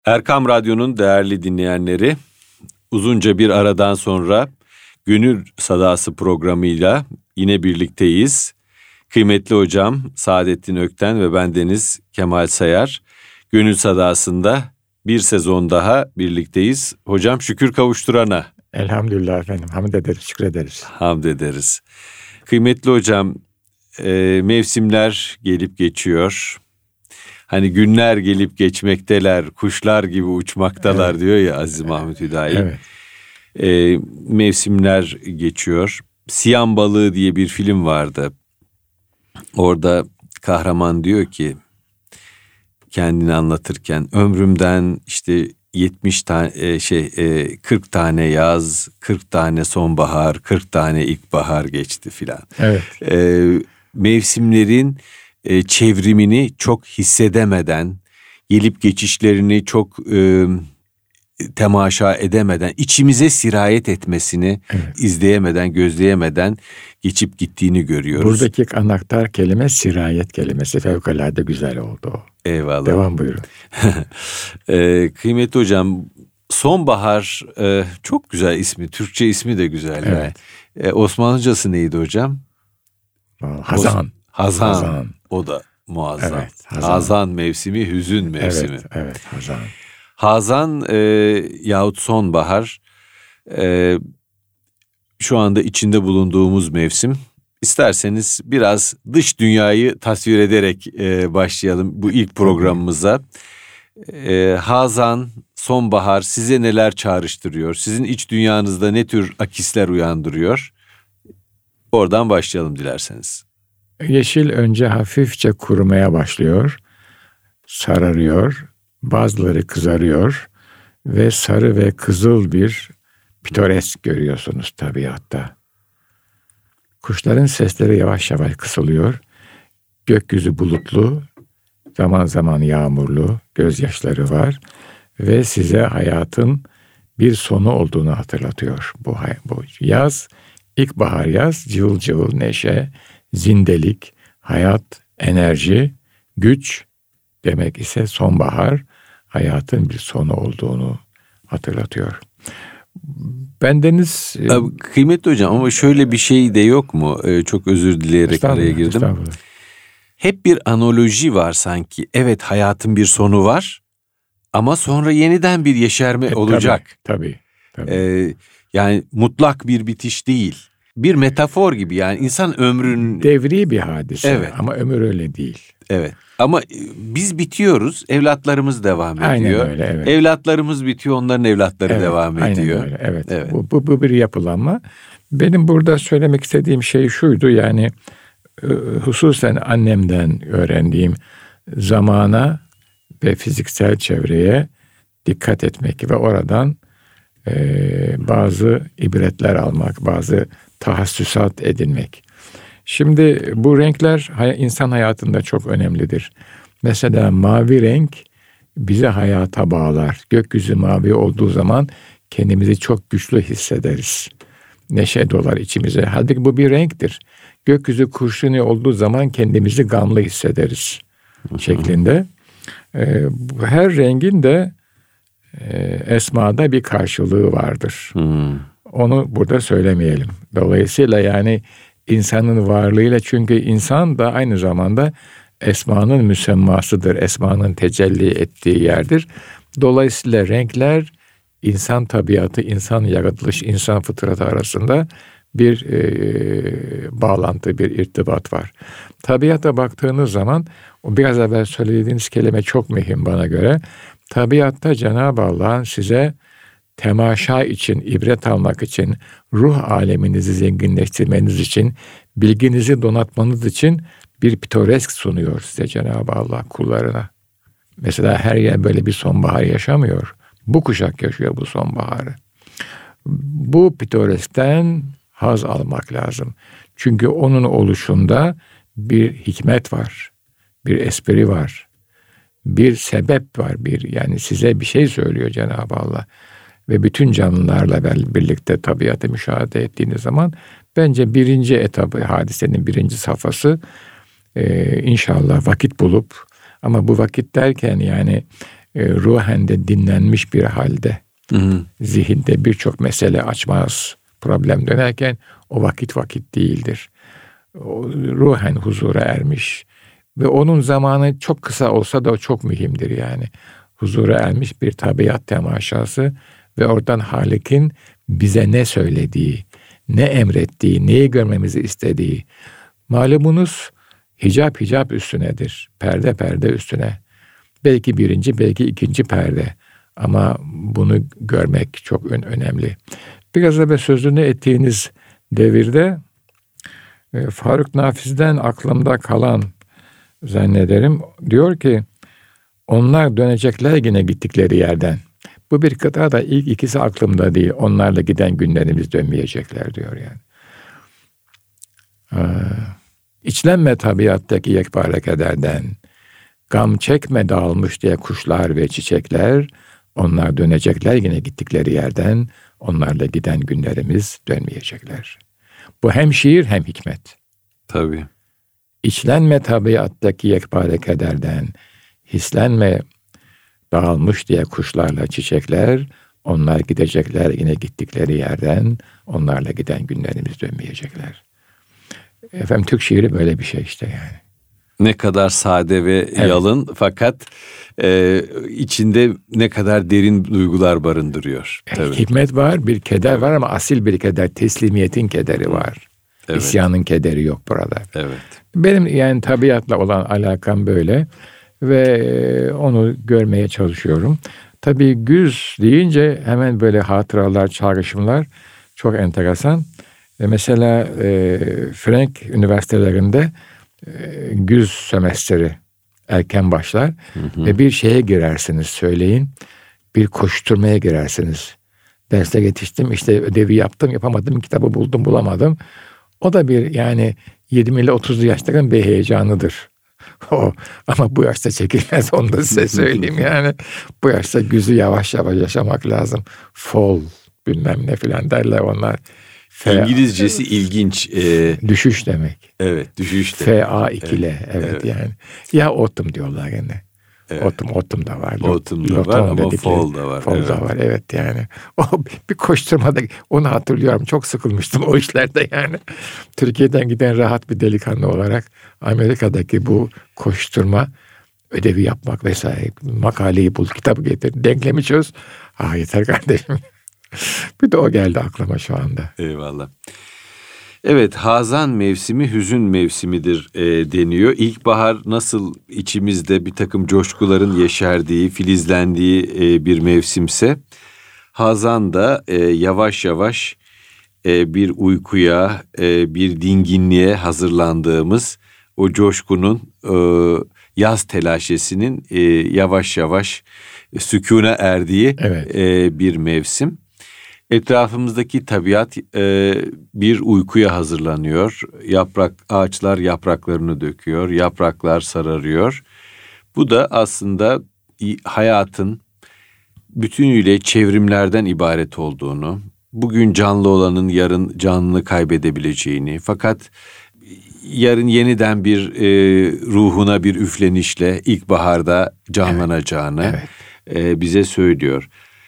Erkam Radyo'nun değerli dinleyenleri, uzunca bir aradan sonra Gönül Sadası programıyla yine birlikteyiz. Kıymetli hocam Saadettin Ökten ve bendeniz Kemal Sayar. Gönül Sadası'nda bir sezon daha birlikteyiz. Hocam şükür kavuşturana. Elhamdülillah efendim. Hamd ederiz, şükrederiz. Hamd ederiz. Kıymetli hocam, mevsimler gelip geçiyor. Hani günler gelip geçmekteler, kuşlar gibi uçmaktalar, evet, diyor ya Aziz Mahmut Hüdayi. Evet. Mevsimler geçiyor. Siam Balığı diye bir film vardı. Orada kahraman diyor ki, kendini anlatırken, ömrümden işte 40 tane yaz, 40 tane sonbahar, 40 tane ilkbahar geçti filan. Evet. Mevsimlerin çevrimini çok hissedemeden, gelip geçişlerini çok temaşa edemeden, içimize sirayet etmesini, evet, izleyemeden, gözleyemeden geçip gittiğini görüyoruz. Buradaki anahtar kelime sirayet kelimesi. Fevkalade güzel oldu o. Eyvallah. Devam buyurun. Kıymetli hocam, sonbahar çok güzel ismi. Türkçe ismi de güzel. Evet. Yani. Osmanlıcası neydi hocam? Hazan. Hazan. O da muazzam. Evet, Hazan mevsimi, hüzün mevsimi. Evet, Hazan. Hazan yahut sonbahar şu anda içinde bulunduğumuz mevsim. İsterseniz biraz dış dünyayı tasvir ederek başlayalım bu ilk programımıza. Hazan, sonbahar size neler çağrıştırıyor? Sizin iç dünyanızda ne tür akisler uyandırıyor? Oradan başlayalım dilerseniz. Yeşil önce hafifçe kurumaya başlıyor, sararıyor, bazıları kızarıyor ve sarı ve kızıl bir pitoresk görüyorsunuz tabiatta. Kuşların sesleri yavaş yavaş kısılıyor, gökyüzü bulutlu, zaman zaman yağmurlu, gözyaşları var ve size hayatın bir sonu olduğunu hatırlatıyor. Bu yaz, ilkbahar yaz, cıvıl cıvıl neşe, zindelik, hayat, enerji, güç demek ise sonbahar hayatın bir sonu olduğunu hatırlatıyor. Bendeniz... Kıymetli hocam, ama şöyle bir şey de yok mu? Çok özür dileyerek araya girdim. Hep bir analoji var sanki. Evet, hayatın bir sonu var ama sonra yeniden bir yeşerme olacak. Tabii. Yani mutlak bir bitiş değil. Bir metafor gibi, yani insan ömrünün... Devri bir hadise, evet, ama ömür öyle değil. Evet, ama biz bitiyoruz, evlatlarımız devam ediyor. Aynen öyle, evet. Evlatlarımız bitiyor, onların evlatları devam ediyor. Aynen öyle, evet. Bu bir yapılanma. Benim burada söylemek istediğim şey şuydu, yani hususen annemden öğrendiğim zamana ve fiziksel çevreye dikkat etmek ve oradan bazı ibretler almak, bazı tahassüsat edinmek. Şimdi bu renkler insan hayatında çok önemlidir. Mesela mavi renk bizi hayata bağlar. Gökyüzü mavi olduğu zaman kendimizi çok güçlü hissederiz. Neşe dolar içimize. Halbuki bu bir renktir. Gökyüzü kurşuni olduğu zaman kendimizi gamlı hissederiz şeklinde. Her rengin de esmada bir karşılığı vardır. Onu burada söylemeyelim. Dolayısıyla yani insanın varlığıyla, çünkü insan da aynı zamanda esmanın müsemmasıdır. Esmanın tecelli ettiği yerdir. Dolayısıyla renkler insan tabiatı, insan yaratılış, insan fıtratı arasında bir bağlantı, bir irtibat var. Tabiata baktığınız zaman, o biraz evvel söylediğiniz kelime çok mühim bana göre. Tabiatta Cenab-ı Allah'ın size temaşa için, ibret almak için, ruh aleminizi zenginleştirmeniz için, bilginizi donatmanız için bir pitoresk sunuyor size Cenab-ı Allah kullarına. Mesela her yer böyle bir sonbahar yaşamıyor. Bu kuşak yaşıyor bu sonbaharı. Bu pitoreskten haz almak lazım. Çünkü onun oluşunda bir hikmet var, bir espri var, bir sebep var, yani size bir şey söylüyor Cenab-ı Allah. Ve bütün canlılarla birlikte tabiatı müşahede ettiğiniz zaman bence birinci etabı, hadisenin birinci safhası inşallah vakit bulup, ama bu vakit derken yani ruhen de dinlenmiş bir halde. Hı. Zihinde birçok mesele açmaz, problem dönerken o vakit değildir. O, ruhen huzura ermiş ve onun zamanı çok kısa olsa da o çok mühimdir yani. Huzura ermiş bir tabiat temaşası ve oradan Halik'in bize ne söylediği, ne emrettiği, neyi görmemizi istediği. Malumunuz hicap üstünedir, perde üstüne. Belki birinci, belki ikinci perde. Ama bunu görmek çok önemli. Biraz evvel sözünü ettiğiniz devirde Faruk Nafiz'den aklımda kalan zannederim diyor ki onlar dönecekler yine gittikleri yerden. Bu bir kıta da ilk ikisi aklımda değil. Onlarla giden günlerimiz dönmeyecekler diyor yani. İçlenme tabiattaki yekpare kederden. Gam çekme dağılmış diye kuşlar ve çiçekler. Onlar dönecekler yine gittikleri yerden. Onlarla giden günlerimiz dönmeyecekler. Bu hem şiir hem hikmet. Tabii. İçlenme tabiattaki yekpare kederden. Hislenme dağılmış diye kuşlarla çiçekler. Onlar gidecekler yine gittikleri yerden. Onlarla giden günlerimiz dönmeyecekler. Efendim Türk şiiri böyle bir şey işte yani. Ne kadar sade ve yalın fakat içinde ne kadar derin duygular barındırıyor. Tabii. Hikmet var, bir keder var ama asil bir keder, teslimiyetin kederi var. Evet. İsyanın kederi yok burada. Evet. Benim yani tabiatla olan alakam böyle ve onu görmeye çalışıyorum. Tabii güz deyince hemen böyle hatıralar, çağrışımlar çok enteresan. Mesela Frank üniversitelerinde güz semestri erken başlar ve bir şeye girersiniz söyleyin. Bir koşturmaya girersiniz. Derste yetiştim, işte ödevi yaptım, yapamadım, kitabı buldum, bulamadım. O da bir yani 20 ile 30'lu yaşların bir heyecanıdır. O ama bu yaşta çekilmez, onu da size söyleyeyim yani. Bu yaşta güzü yavaş yaşamak lazım. Fall bilmem ne filan derler onlar. İngilizcesi ilginç. Düşüş demek. Evet, düşüş demek. F-A-2'le evet yani. Ya autumn diyorlar gene. Evet. Autumn da var. Autumn da var ama fall da var. Fall da var evet yani. O bir koşturmada onu hatırlıyorum. Çok sıkılmıştım o işlerde yani. Türkiye'den giden rahat bir delikanlı olarak Amerika'daki bu koşturma, ödevi yapmak vesaire, makaleyi bul, kitabı getir, denklemi çöz. Yeter kardeşim. Bir de o geldi aklıma şu anda. Eyvallah. Evet, hazan mevsimi hüzün mevsimidir deniyor. İlkbahar nasıl içimizde bir takım coşkuların yeşerdiği, filizlendiği bir mevsimse, hazan da yavaş yavaş bir uykuya, bir dinginliğe hazırlandığımız o coşkunun, yaz telaşesinin yavaş yavaş sükûne erdiği bir mevsim. Etrafımızdaki tabiat bir uykuya hazırlanıyor. Ağaçlar yapraklarını döküyor, yapraklar sararıyor. Bu da aslında hayatın bütünüyle çevrimlerden ibaret olduğunu, bugün canlı olanın yarın canlılığını kaybedebileceğini, fakat yarın yeniden bir ruhuna bir üflenişle ilkbaharda canlanacağını bize söylüyor.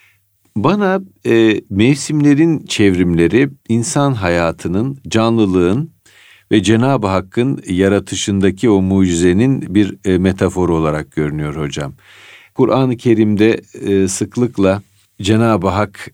Bana mevsimlerin çevrimleri insan hayatının, canlılığın ve Cenab-ı Hakk'ın yaratışındaki o mucizenin bir metaforu olarak görünüyor hocam. Kur'an-ı Kerim'de sıklıkla Cenab-ı Hak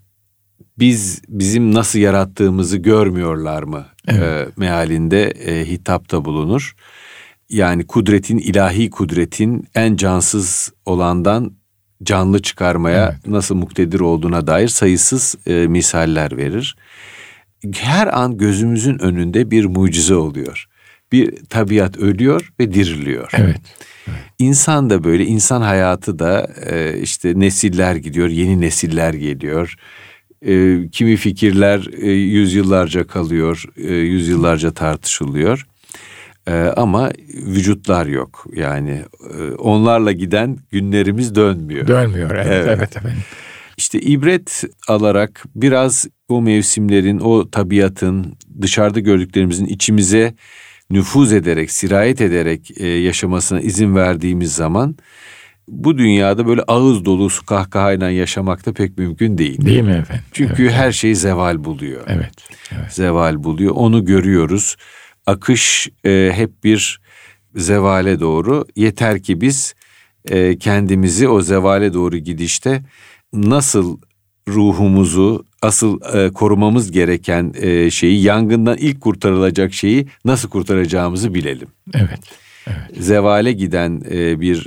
bizim nasıl yarattığımızı görmüyorlar mı mealinde hitapta bulunur. Yani ilahi kudretin en cansız olandan canlı çıkarmaya nasıl muktedir olduğuna dair sayısız misaller verir. Her an gözümüzün önünde bir mucize oluyor. Bir tabiat ölüyor ve diriliyor. Evet. İnsan da böyle, insan hayatı da işte nesiller gidiyor, yeni nesiller geliyor. Kimi fikirler yüzyıllarca kalıyor, yüzyıllarca tartışılıyor. Ama vücutlar yok. Yani onlarla giden günlerimiz dönmüyor. Dönmüyor evet efendim. İşte ibret alarak biraz o mevsimlerin, o tabiatın, dışarıda gördüklerimizin içimize nüfuz ederek, sirayet ederek yaşamasına izin verdiğimiz zaman bu dünyada böyle ağız dolusu kahkahayla yaşamak da pek mümkün değil. Değil mi efendim? Çünkü evet. her şey zeval buluyor. Evet. Zeval buluyor. Onu görüyoruz. Akış hep bir zevale doğru. Yeter ki biz kendimizi o zevale doğru gidişte nasıl ruhumuzu, asıl korumamız gereken şeyi, yangından ilk kurtarılacak şeyi nasıl kurtaracağımızı bilelim. Evet. Zevale giden bir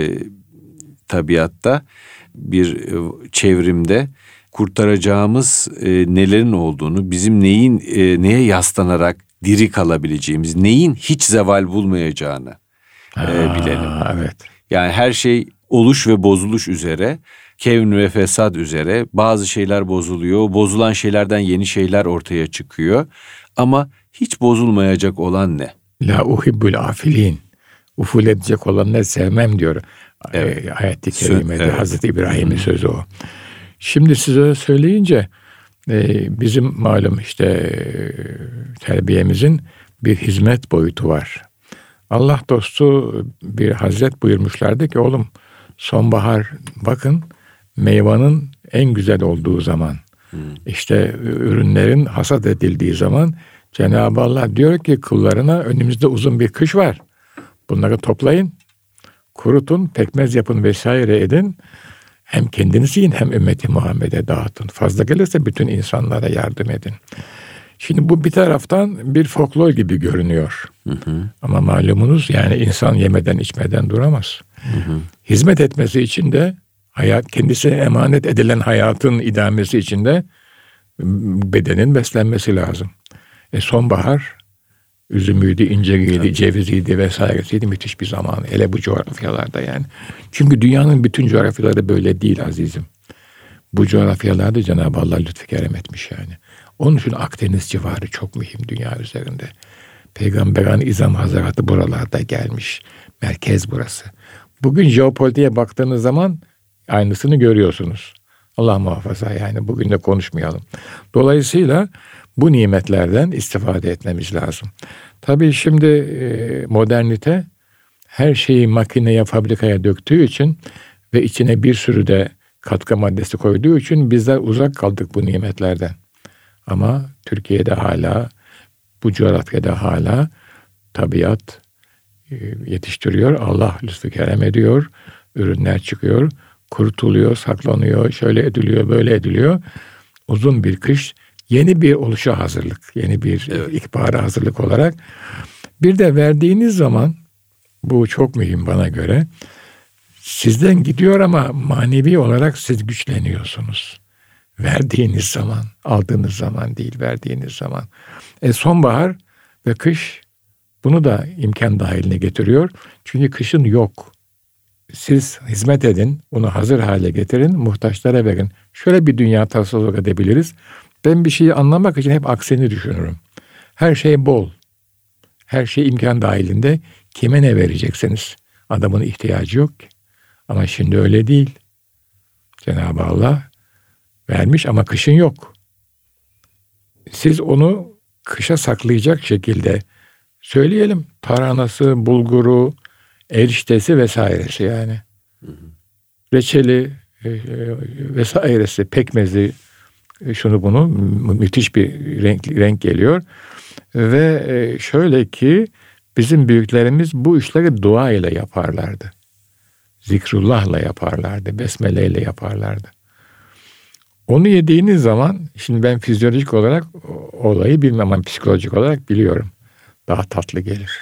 tabiatta, bir çevrimde kurtaracağımız nelerin olduğunu, bizim neye yaslanarak diri kalabileceğimiz, neyin hiç zeval bulmayacağını bilelim. Evet. Yani her şey oluş ve bozuluş üzere, kevn ve fesat üzere, bazı şeyler bozuluyor, bozulan şeylerden yeni şeyler ortaya çıkıyor. Ama hiç bozulmayacak olan ne? La uhibbul afilin. Uful edecek olanları sevmem diyor. Evet. Ayet-i kerimede Evet. Hazreti İbrahim'in sözü o. Şimdi size söyleyince bizim malum işte terbiyemizin bir hizmet boyutu var. Allah dostu bir hazret buyurmuşlardı ki oğlum sonbahar bakın meyvanın en güzel olduğu zaman, işte ürünlerin hasat edildiği zaman Cenab-ı Allah diyor ki kullarına önümüzde uzun bir kış var. Bunları toplayın, kurutun, pekmez yapın vesaire edin. Hem kendiniz yiyin hem ümmeti Muhammed'e dağıtın. Fazla gelirse bütün insanlara yardım edin. Şimdi bu bir taraftan bir folklor gibi görünüyor. Ama malumunuz yani insan yemeden içmeden duramaz. Hizmet etmesi için de kendisine emanet edilen hayatın idamesi için de bedenin beslenmesi lazım. Sonbahar üzümüydü, inciriydi, ceviziydi vesairesiydi müthiş bir zaman. Hele bu coğrafyalarda yani. Çünkü dünyanın bütün coğrafyaları böyle değil azizim. Bu coğrafyalarda Cenab-ı Allah lütfu kerem etmiş yani. Onun için Akdeniz civarı çok mühim dünya üzerinde. Peygamberan İzam Hazretleri buralarda gelmiş. Merkez burası. Bugün jeopolitiğe baktığınız zaman aynısını görüyorsunuz. Allah muhafaza yani bugün de konuşmayalım. Dolayısıyla bu nimetlerden istifade etmemiz lazım. Tabii şimdi modernite her şeyi makineye, fabrikaya döktüğü için ve içine bir sürü de katkı maddesi koyduğu için bizler uzak kaldık bu nimetlerden. Ama Türkiye'de hala, bu coğrafyada hala tabiat yetiştiriyor. Allah lütfu kerem ediyor. Ürünler çıkıyor, kurutuluyor, saklanıyor, şöyle ediliyor, böyle ediliyor. Uzun bir kış, yeni bir oluşa hazırlık, yeni bir ikbara hazırlık olarak. Bir de verdiğiniz zaman, bu çok mühim bana göre, sizden gidiyor ama manevi olarak siz güçleniyorsunuz. Verdiğiniz zaman, aldığınız zaman değil, verdiğiniz zaman. Sonbahar ve kış bunu da imkan dahiline getiriyor. Çünkü kışın yok. Siz hizmet edin, bunu hazır hale getirin, muhtaçlara verin. Şöyle bir dünya tasavvur edebiliriz. Ben bir şeyi anlamak için hep aksini düşünürüm. Her şey bol. Her şey imkan dahilinde. Kime ne vereceksiniz? Adamın ihtiyacı yok ki. Ama şimdi öyle değil. Cenab-ı Allah vermiş ama kışın yok. Siz onu kışa saklayacak şekilde söyleyelim. Taranası, bulguru, eriştesi vesairesi yani. Reçeli vesairesi, pekmezi, şunu bunu müthiş bir renk geliyor. Ve şöyle ki bizim büyüklerimiz bu işleri dua ile yaparlardı. Zikrullah'la yaparlardı. Besmele ile yaparlardı. Onu yediğiniz zaman, şimdi ben fizyolojik olarak olayı bilmem ama psikolojik olarak biliyorum. Daha tatlı gelir.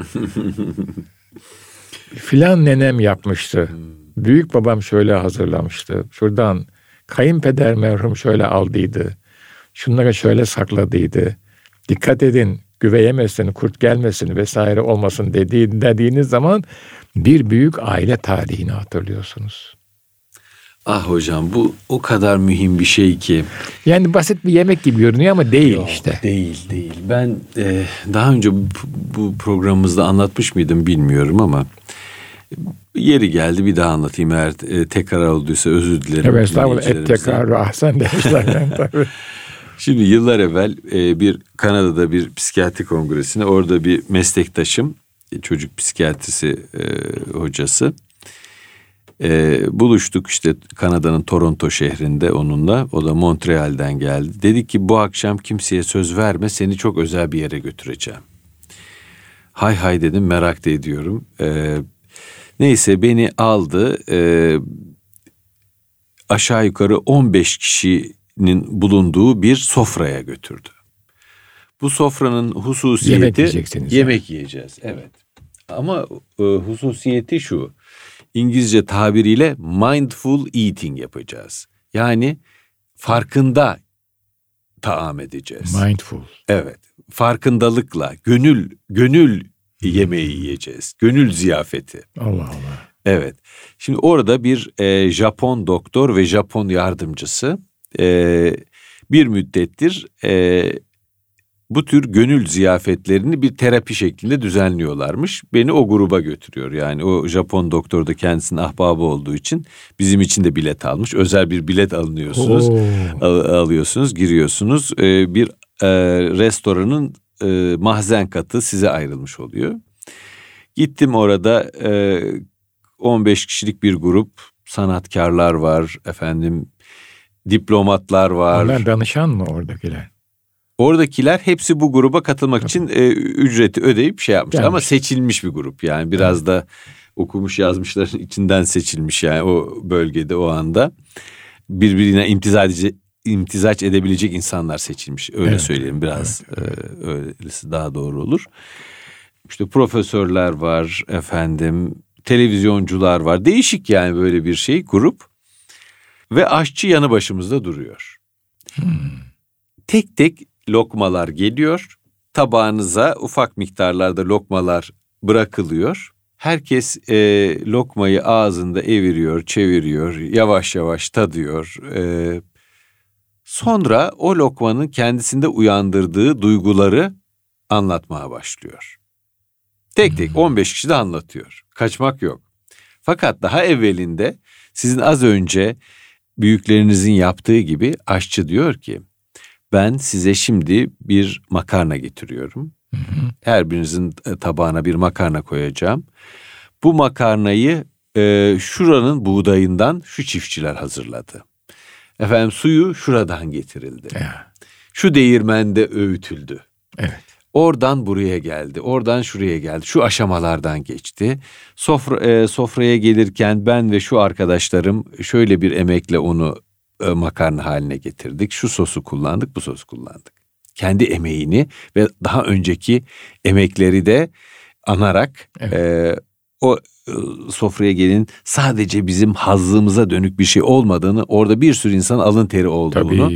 Filan nenem yapmıştı. Büyük babam şöyle hazırlamıştı. Şuradan kayınpeder merhum şöyle aldıydı. Şunları şöyle sakladıydı. Dikkat edin, güve yemesin, kurt gelmesin vesaire olmasın dediğiniz zaman bir büyük aile tarihini hatırlıyorsunuz. Ah hocam, bu o kadar mühim bir şey ki. Yani basit bir yemek gibi görünüyor ama değil işte. Değil. Ben daha önce bu programımızda anlatmış mıydım bilmiyorum ama yeri geldi bir daha anlatayım. Eğer tekrar olduysa özür dilerim. Evet, estağfurullah. Tekrar ahsen demişler. Tabii. Şimdi yıllar evvel bir Kanada'da bir psikiyatri kongresine, orada bir meslektaşım, çocuk psikiyatrisi hocası, Buluştuk işte Kanada'nın Toronto şehrinde onunla. O da Montreal'den geldi. Dedi ki bu akşam kimseye söz verme, seni çok özel bir yere götüreceğim. Hay hay dedim, merak da ediyorum. Neyse beni aldı. Aşağı yukarı 15 kişinin bulunduğu bir sofraya götürdü. Bu sofranın hususiyeti yemek yiyeceğiz. Evet. Ama hususiyeti şu. İngilizce tabiriyle mindful eating yapacağız. Yani farkında taam edeceğiz. Mindful. Evet. Farkındalıkla, gönül yemeği yiyeceğiz. Gönül ziyafeti. Allah Allah. Evet. Şimdi orada bir Japon doktor ve Japon yardımcısı bir müddettir bu tür gönül ziyafetlerini bir terapi şeklinde düzenliyorlarmış. Beni o gruba götürüyor. Yani o Japon doktor da kendisinin ahbabı olduğu için bizim için de bilet almış. Özel bir bilet alıyorsunuz. Alıyorsunuz, giriyorsunuz. Bir restoranın mahzen katı size ayrılmış oluyor. Gittim orada 15 kişilik bir grup, sanatkarlar var, diplomatlar var. Onlar danışan mı oradakiler? Oradakiler hepsi bu gruba katılmak için ücreti ödeyip şey yapmışlar. Ama seçilmiş bir grup, yani biraz da okumuş yazmışların içinden seçilmiş, yani o bölgede o anda birbirine imtizaç edebilecek insanlar seçilmiş. Öyle söyleyelim, biraz öylesi daha doğru olur. İşte profesörler var, televizyoncular var. Değişik yani böyle bir grup. Ve aşçı yanı başımızda duruyor. Tek tek lokmalar geliyor. Tabağınıza ufak miktarlarda lokmalar bırakılıyor. Herkes lokmayı ağzında eviriyor, çeviriyor, yavaş yavaş tadıyor. Sonra o lokmanın kendisinde uyandırdığı duyguları anlatmaya başlıyor. Tek tek 15 kişi de anlatıyor. Kaçmak yok. Fakat daha evvelinde sizin az önce büyüklerinizin yaptığı gibi aşçı diyor ki, ben size şimdi bir makarna getiriyorum. Her birinizin tabağına bir makarna koyacağım. Bu makarnayı şuranın buğdayından şu çiftçiler hazırladı. Suyu şuradan getirildi. Şu değirmende öğütüldü. Evet. Oradan buraya geldi, oradan şuraya geldi, şu aşamalardan geçti. Sofraya gelirken ben ve şu arkadaşlarım şöyle bir emekle onu makarna haline getirdik. Şu sosu kullandık, bu sosu kullandık. Kendi emeğini ve daha önceki emekleri de anarak o sofraya gelin sadece bizim hazzımıza dönük bir şey olmadığını, orada bir sürü insan alın teri olduğunu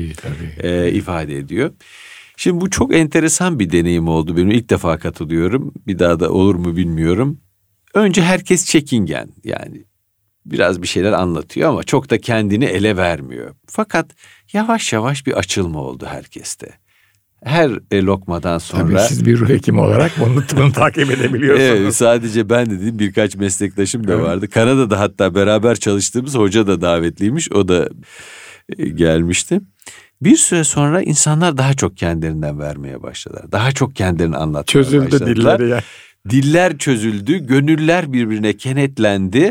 ifade ediyor. Şimdi bu çok enteresan bir deneyim oldu benim. İlk defa katılıyorum. Bir daha da olur mu bilmiyorum. Önce herkes çekingen, yani biraz bir şeyler anlatıyor ama çok da kendini ele vermiyor. Fakat yavaş yavaş bir açılma oldu herkeste. Her lokmadan sonra... Tabii siz bir ruh hekimi olarak bunu takip edebiliyorsunuz. Evet, sadece ben de değil, birkaç meslektaşım da vardı. Kanada'da hatta beraber çalıştığımız hoca da davetliymiş. O da gelmişti. Bir süre sonra insanlar daha çok kendilerinden vermeye başladılar. Daha çok kendilerini anlatmaya başladılar. Çözüldü dilleri ya. Diller çözüldü, gönüller birbirine kenetlendi.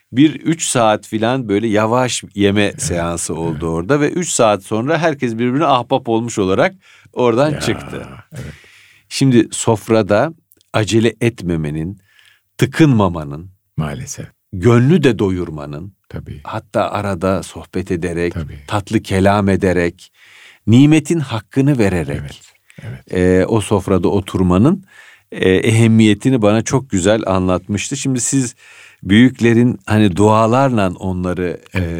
3 saat filan böyle yavaş yeme seansı oldu orada ve 3 saat sonra herkes birbirine ahbap olmuş olarak oradan çıktı. Evet. Şimdi sofrada acele etmemenin, tıkınmamanın, maalesef gönlü de doyurmanın, tabii, hatta arada sohbet ederek, tatlı kelam ederek, nimetin hakkını vererek o sofrada oturmanın ehemmiyetini bana çok güzel anlatmıştı. Şimdi siz büyüklerin hani dualarla onları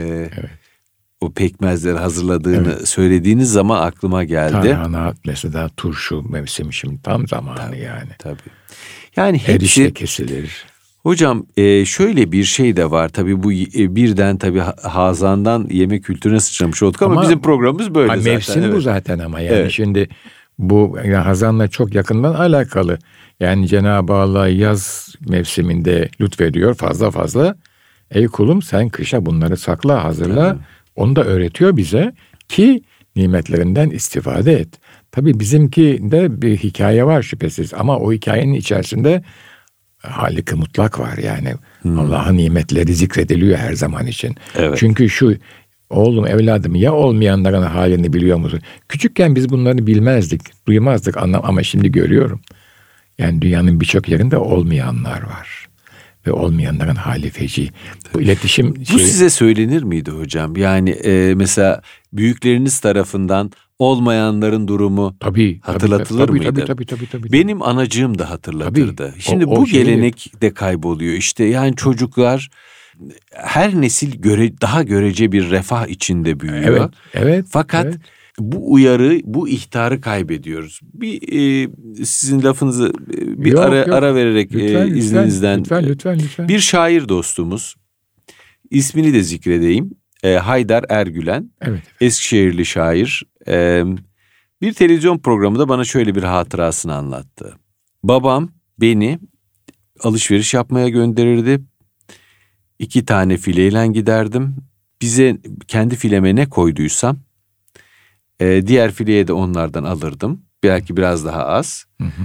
o pekmezleri hazırladığını söylediğiniz zaman aklıma geldi. Tarhana mesela, turşu mevsimi şimdi tam zamanı yani. Tabii. Yani hepsi erişte kesilir. Hocam şöyle bir şey de var tabii, bu birden tabii Hazan'dan yemek kültürüne sıçramış olduk ama bizim programımız böyle zaten. Mevsim bu zaten ama yani şimdi bu Hazan'la çok yakından alakalı. Yani Cenab-ı Allah yaz mevsiminde lütfediyor fazla. Ey kulum sen kışa bunları sakla, hazırla. Onu da öğretiyor bize ki nimetlerinden istifade et. Tabii bizimki de bir hikaye var şüphesiz ama o hikayenin içerisinde Halik-i mutlak var yani. Allah'ın nimetleri zikrediliyor her zaman için. Evet. Çünkü şu oğlum evladım ya olmayanların halini biliyor musun? Küçükken biz bunları bilmezdik, duymazdık ama şimdi görüyorum. Yani dünyanın birçok yerinde olmayanlar var. Ve olmayanların hali feci. Bu iletişim Bu size söylenir miydi hocam? Yani mesela büyükleriniz tarafından olmayanların durumu hatırlatılır mıydı? Tabii. Benim anacığım da hatırlatırdı. Tabii. Şimdi bu gelenek de kayboluyor. İşte yani çocuklar her nesil daha görece bir refah içinde büyüyor. Evet. Fakat bu uyarı, bu ihtarı kaybediyoruz. Sizin lafınızı ara vererek izninizden. Lütfen. Bir şair dostumuz, ismini de zikredeyim. Haydar Ergülen, evet. Eskişehirli şair. Bir televizyon programında bana şöyle bir hatırasını anlattı. Babam beni alışveriş yapmaya gönderirdi. 2 tane fileyle giderdim. Bize kendi fileme ne koyduysam diğer fileye de onlardan alırdım. Belki biraz daha az.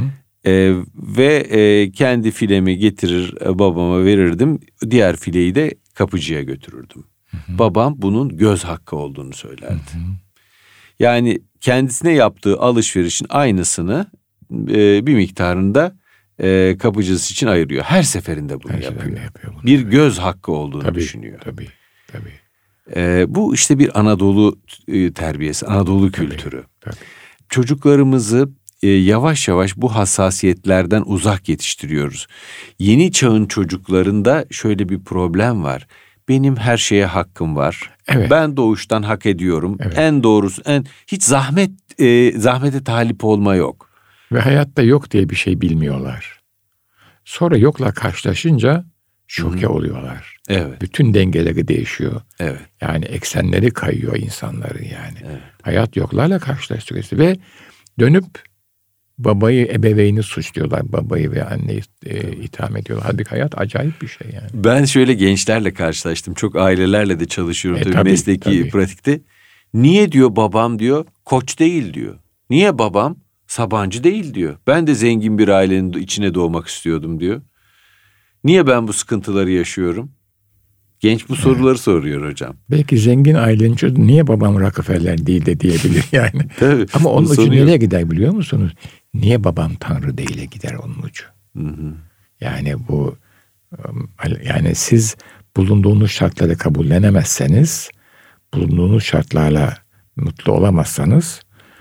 Ve kendi filemi getirir babama verirdim. Diğer fileyi de kapıcıya götürürdüm. Babam bunun göz hakkı olduğunu söylerdi. Yani kendisine yaptığı alışverişin aynısını bir miktarında kapıcısı için ayırıyor. Her seferinde bunu yapıyor. Bir göz hakkı olduğunu düşünüyor. Tabii. Bu işte bir Anadolu terbiyesi, Anadolu kültürü. Tabii. Çocuklarımızı yavaş yavaş bu hassasiyetlerden uzak yetiştiriyoruz. Yeni çağın çocuklarında şöyle bir problem var. Benim her şeye hakkım var. Evet. Ben doğuştan hak ediyorum. Evet. En doğrusu, hiç zahmete talip olma yok. Ve hayatta yok diye bir şey bilmiyorlar. Sonra yokla karşılaşınca şoke oluyorlar. Evet. Bütün dengeleri değişiyor. Evet. Yani eksenleri kayıyor insanların yani. Evet. Hayat yoklarla karşılaştırıyoruz ve dönüp babayı, ebeveyni suçluyorlar. Babayı ve anneyi itham ediyorlar. Halbuki hayat acayip bir şey yani. Ben şöyle gençlerle karşılaştım. Çok ailelerle de çalışıyorum tabii mesleki pratikte. Niye diyor babam diyor Koç değil diyor. Niye babam Sabancı değil diyor. Ben de zengin bir ailenin içine doğmak istiyordum diyor. Niye ben bu sıkıntıları yaşıyorum? Genç bu soruları soruyor hocam. Belki zengin ailenin çocuğu niye babam Rockefeller değil de diyebilir yani. Tabii, ama onun ucu nereye gider biliyor musunuz? Niye babam Tanrı değil'e gider onun ucu. Yani bu yani siz bulunduğunuz şartları kabullenemezseniz, bulunduğunuz şartlarla mutlu olamazsanız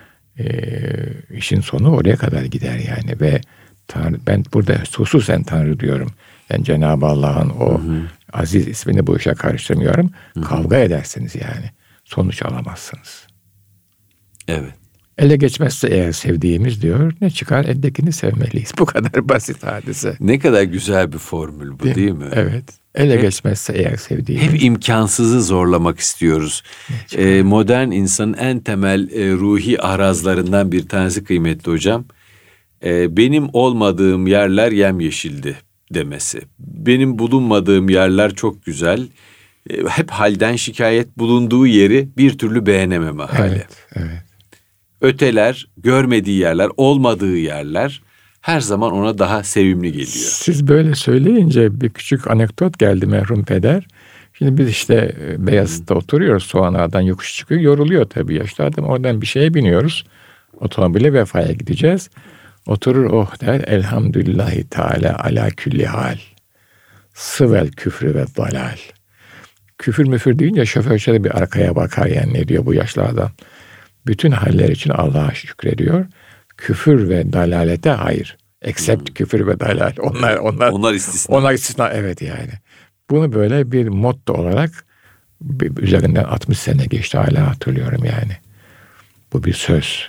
işin sonu oraya kadar gider yani. Ve Tanrı, ben burada hususen Tanrı diyorum. Yani Cenab-ı Allah'ın o aziz ismini bu işe karıştırmıyorum. Kavga edersiniz yani. Sonuç alamazsınız. Evet. Ele geçmezse eğer sevdiğimiz diyor, ne çıkar? Eldekini sevmeliyiz. Bu kadar basit hadise. Ne kadar güzel bir formül bu değil mi? Evet. Ele geçmezse eğer sevdiğimiz. Hep imkansızı zorlamak istiyoruz. Modern insanın en temel ruhi arazlarından bir tanesi kıymetli hocam. Benim olmadığım yerler yemyeşildi demesi. Benim bulunmadığım yerler çok güzel. Hep halden şikayet, bulunduğu yeri bir türlü beğenememe hali. Evet. Öteler, görmediği yerler, olmadığı yerler her zaman ona daha sevimli geliyor. Siz böyle söyleyince bir küçük anekdot geldi merhum peder. Şimdi biz işte Beyazıt'ta oturuyoruz. Soğanağa'dan yokuş çıkıyor. Yoruluyor tabii yaşlı adam. Oradan bir şeye biniyoruz. Otomobile Vefa'ya gideceğiz. Oturur oh der. Elhamdülillahi Teala ala külli hal. Sıvel küfrü ve dalal. Küfür müfür deyince şoför şöyle bir arkaya bakar yani ne diyor bu yaşlı adam. Bütün haller için Allah'a şükrediyor. Küfür ve dalalete hayır. Except küfür ve dalal. Onlar istisna. Onlar istisna evet yani. Bunu böyle bir motto olarak üzerinden 60 sene geçti hala hatırlıyorum yani. Bu bir söz.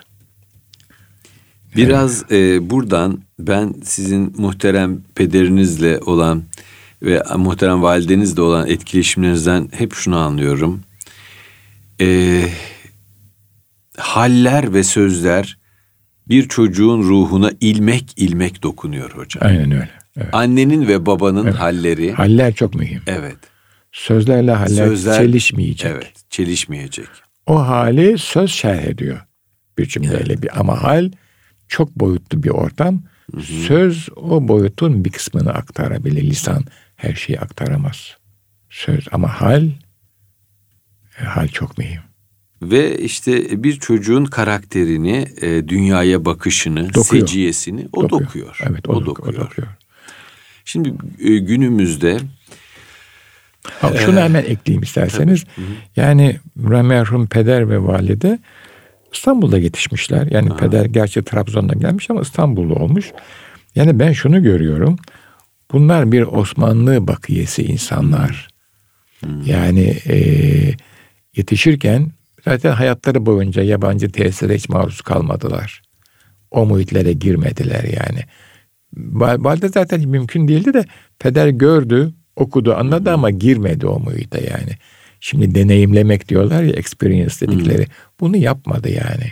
Biraz buradan ben sizin muhterem pederinizle olan ve muhterem validenizle olan etkileşimlerinizden hep şunu anlıyorum. Haller ve sözler bir çocuğun ruhuna ilmek dokunuyor hocam. Aynen öyle. Evet. Annenin ve babanın halleri. Haller çok mühim. Evet. Sözlerle haller çelişmeyecek. Evet, çelişmeyecek. O hali söz şerh ediyor bir cümleyle bir ama hal çok boyutlu bir ortam. Söz o boyutun bir kısmını aktarabilir. Lisan her şeyi aktaramaz. Söz ama hal çok mühim. Ve işte bir çocuğun karakterini, dünyaya bakışını, dokuyor. seciyesini o dokuyor. Evet, o dokuyor. Şimdi günümüzde... Şunu hemen ekleyeyim isterseniz. Yani merhum peder ve valide İstanbul'da yetişmişler. Yani peder gerçi Trabzon'dan gelmiş ama İstanbullu olmuş. Yani ben şunu görüyorum. Bunlar bir Osmanlı bakiyesi insanlar. Yani yetişirken zaten hayatları boyunca yabancı tesire hiç maruz kalmadılar. O muhitlere girmediler yani. Valide zaten mümkün değildi de peder gördü, okudu, anladı ama girmedi o muhite yani. Şimdi deneyimlemek diyorlar ya, experience dedikleri. Bunu yapmadı yani.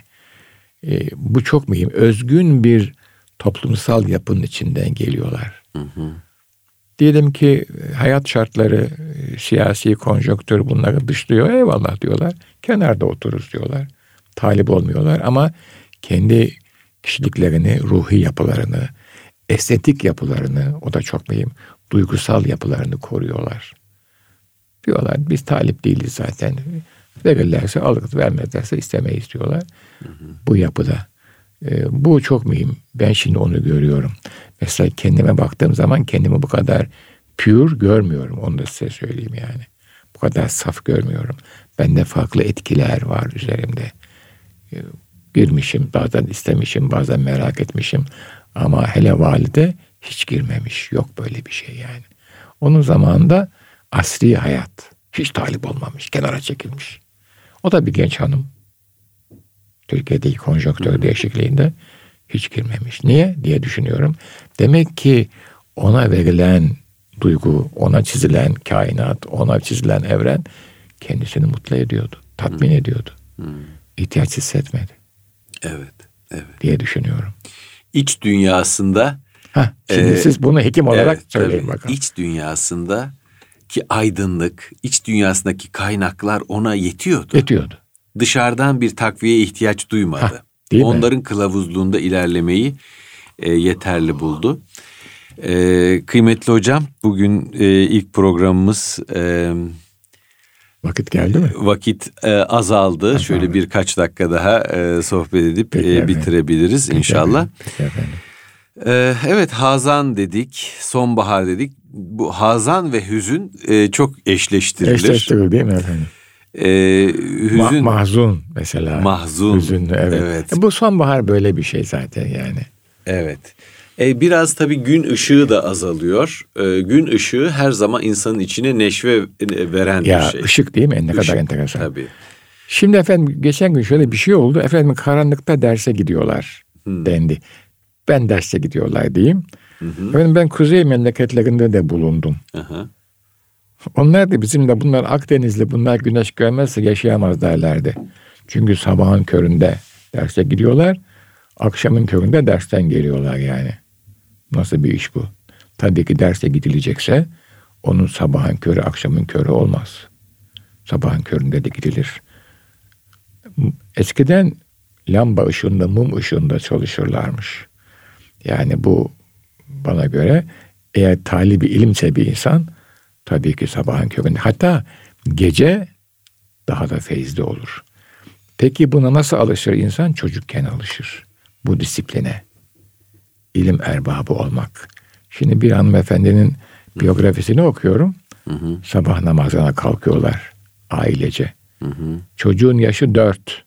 Bu çok mühim. Özgün bir toplumsal yapının içinden geliyorlar. Diyelim ki hayat şartları, siyasi konjonktür bunları dışlıyor. Eyvallah diyorlar. Kenarda otururuz diyorlar. Talip olmuyorlar ama kendi kişiliklerini, ruhi yapılarını, estetik yapılarını, o da çok mühim, duygusal yapılarını koruyorlar. Diyorlar biz talip değiliz zaten. Verirlerse alırız, vermezlerse istemeyiz diyorlar. Bu yapıda. Bu çok mühim. Ben şimdi onu görüyorum. Mesela kendime baktığım zaman kendimi bu kadar pure görmüyorum. Onu da size söyleyeyim yani. Bu kadar saf görmüyorum. Bende farklı etkiler var üzerimde. Girmişim, bazen istemişim, bazen merak etmişim. Ama hele valide hiç girmemiş. Yok böyle bir şey yani. Onun zamanında asri hayat. Hiç talip olmamış. Kenara çekilmiş. O da bir genç hanım. Türkiye'deki konjonktür değişikliğinde hiç girmemiş. Niye diye düşünüyorum. Demek ki ona verilen duygu, ona çizilen kainat, ona çizilen evren kendisini mutlu ediyordu. Tatmin ediyordu. İhtiyaç hissetmedi. Evet. Diye düşünüyorum. İç dünyasında... Şimdi siz bunu hekim olarak söyleyin bakalım. İç dünyasında ki aydınlık, iç dünyasındaki kaynaklar ona yetiyordu. Dışarıdan bir takviye ihtiyaç duymadı. Onların kılavuzluğunda ilerlemeyi yeterli buldu. Kıymetli hocam, bugün ilk programımız... Vakit geldi mi? Vakit azaldı. Şöyle birkaç dakika daha sohbet edip bitirebiliriz inşallah. Evet, hazan dedik, sonbahar dedik. Bu hazan ve hüzün çok eşleştirilir. Eşleştirilir değil mi efendim? Hüzün, mahzun mesela. Mahzun. Hüzünlü, evet. Bu sonbahar böyle bir şey zaten yani. Evet. Biraz tabii gün ışığı da azalıyor. Gün ışığı her zaman insanın içine neşve veren bir şey. Ya ışık değil mi? Ne kadar enteresan. Tabii. Şimdi efendim geçen gün şöyle bir şey oldu. Efendim karanlıkta derse gidiyorlar dendi. Ben derse gidiyorlar diyeyim. Efendim ben kuzey memleketlerinde de bulundum. Onlar da bizimle, bunlar Akdenizli, bunlar güneş görmezse yaşayamaz derlerdi. Çünkü sabahın köründe derse gidiyorlar. Akşamın köründe dersten geliyorlar yani. Nasıl bir iş bu? Tabii ki derse gidilecekse onun sabahın körü, akşamın körü olmaz. Sabahın köründe de gidilir. Eskiden lamba ışığında, mum ışığında çalışırlarmış. Yani bu bana göre eğer talibi ilimse bir insan tabii ki sabahın köründe. Hatta gece daha da feyizli olur. Peki buna nasıl alışır insan? Çocukken alışır. Bu disipline. İlim erbabı olmak. Şimdi bir hanımefendinin biyografisini okuyorum. Sabah namazına kalkıyorlar ailece. Çocuğun yaşı 4.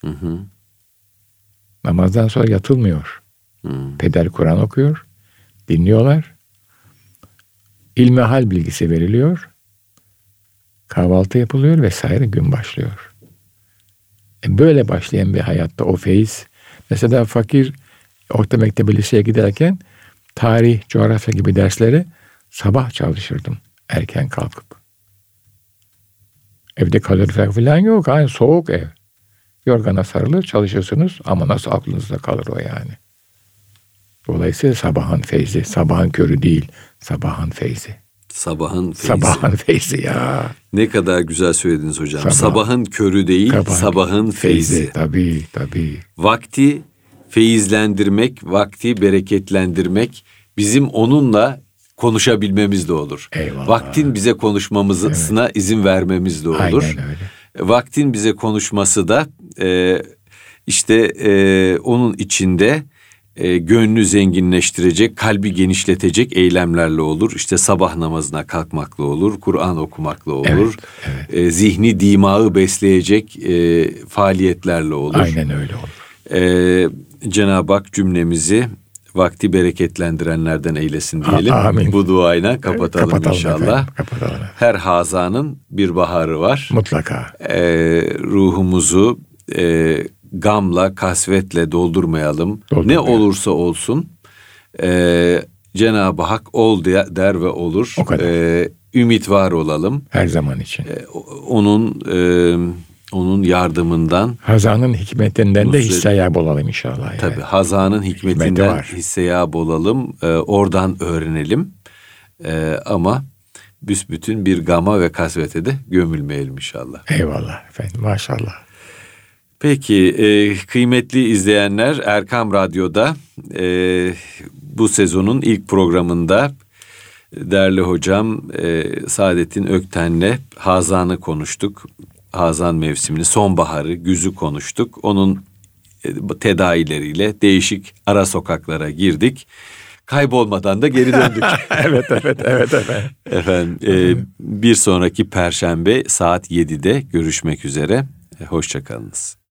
Namazdan sonra yatılmıyor. Peder Kur'an okuyor. Dinliyorlar. İlmihal bilgisi veriliyor. Kahvaltı yapılıyor vesaire, gün başlıyor. Böyle başlayan bir hayatta o feyiz. Mesela fakir orta mektebi liseye giderken tarih, coğrafya gibi dersleri sabah çalışırdım. Erken kalkıp. Evde kalorifer falan yok. Yani soğuk ev. Yorgana sarılır çalışırsınız ama nasıl aklınızda kalır o yani. Dolayısıyla sabahın feyzi. Sabahın körü değil. Sabahın feyzi. Sabahın feyzi. Sabahın feyzi ya. Ne kadar güzel söylediniz hocam. Sabahın körü değil, sabahın feyzi. Tabii. Vakti feyizlendirmek, vakti bereketlendirmek, bizim onunla konuşabilmemiz de olur. Eyvallah. Vaktin bize konuşmamızına izin vermemiz de olur. Aynen öyle. Vaktin bize konuşması da onun içinde gönlü zenginleştirecek, kalbi genişletecek eylemlerle olur. İşte sabah namazına kalkmakla olur, Kur'an okumakla olur. Evet. Zihni, dimağı besleyecek faaliyetlerle olur. Aynen öyle olur. Cenab-ı Hak cümlemizi vakti bereketlendirenlerden eylesin diyelim. Amin. Bu duayla kapatalım inşallah. Efendim, kapatalım. Her hazanın bir baharı var. Mutlaka. Ruhumuzu gamla, kasvetle doldurmayalım. Ne olursa olsun Cenab-ı Hak ol der ve olur. O kadar. Ümit var olalım. Her zaman için. Onun yardımından. Hazanın hikmetinden de hisseyab olalım inşallah. Yani. Tabii hazanın hikmetinden hisseyab olalım. Oradan öğrenelim. Ama büsbütün bir gama ve kasvete de gömülmeyelim inşallah. Eyvallah efendim, maşallah. Peki kıymetli izleyenler, Erkam Radyo'da bu sezonun ilk programında değerli hocam Saadettin Ökten'le Hazan'ı konuştuk. Hazan mevsimini, sonbaharı, güzü konuştuk. Onun tedavileriyle değişik ara sokaklara girdik. Kaybolmadan da geri döndük. Evet efendim. Efendim bir sonraki Perşembe saat 7'de görüşmek üzere. Hoşça kalınız.